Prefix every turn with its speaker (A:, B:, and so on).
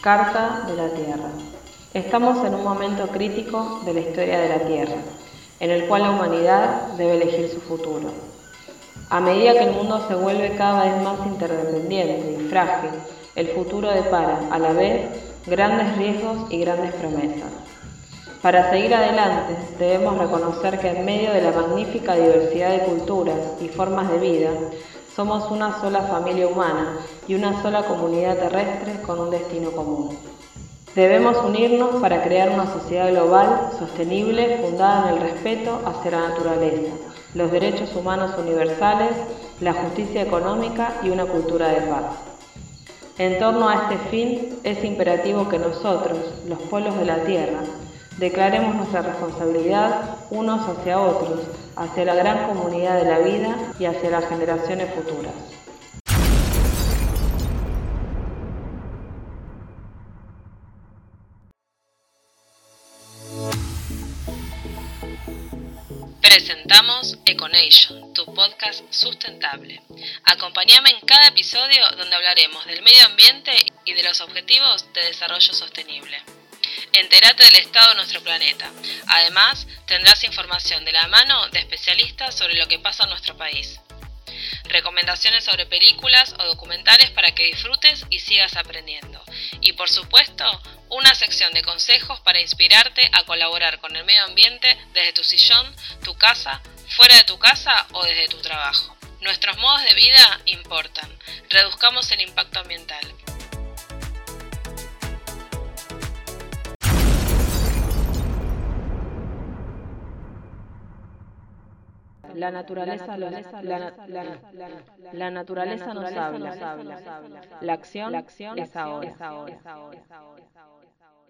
A: Carta de la Tierra. Estamos en un momento crítico de la historia de la Tierra, en el cual la humanidad debe elegir su futuro. A medida que el mundo se vuelve cada vez más interdependiente y frágil, el futuro depara, a la vez, grandes riesgos y grandes promesas. Para seguir adelante, debemos reconocer que en medio de la magnífica diversidad de culturas y formas de vida, somos una sola familia humana y una sola comunidad terrestre con un destino común. Debemos unirnos para crear una sociedad global, sostenible, fundada en el respeto hacia la naturaleza, los derechos humanos universales, la justicia económica y una cultura de paz. En torno a este fin, es imperativo que nosotros, los pueblos de la Tierra, declaremos nuestra responsabilidad unos hacia otros, hacia la gran comunidad de la vida y hacia las generaciones futuras.
B: Presentamos Econation, tu podcast sustentable. Acompáñame en cada episodio donde hablaremos del medio ambiente y de los objetivos de desarrollo sostenible. Entérate del estado de nuestro planeta. Además, tendrás información de la mano de especialistas sobre lo que pasa en nuestro país. Recomendaciones sobre películas o documentales para que disfrutes y sigas aprendiendo. Y por supuesto, una sección de consejos para inspirarte a colaborar con el medio ambiente desde tu sillón, tu casa, fuera de tu casa o desde tu trabajo. Nuestros modos de vida importan. Reduzcamos el impacto ambiental.
A: La naturaleza nos habla. La acción es ahora.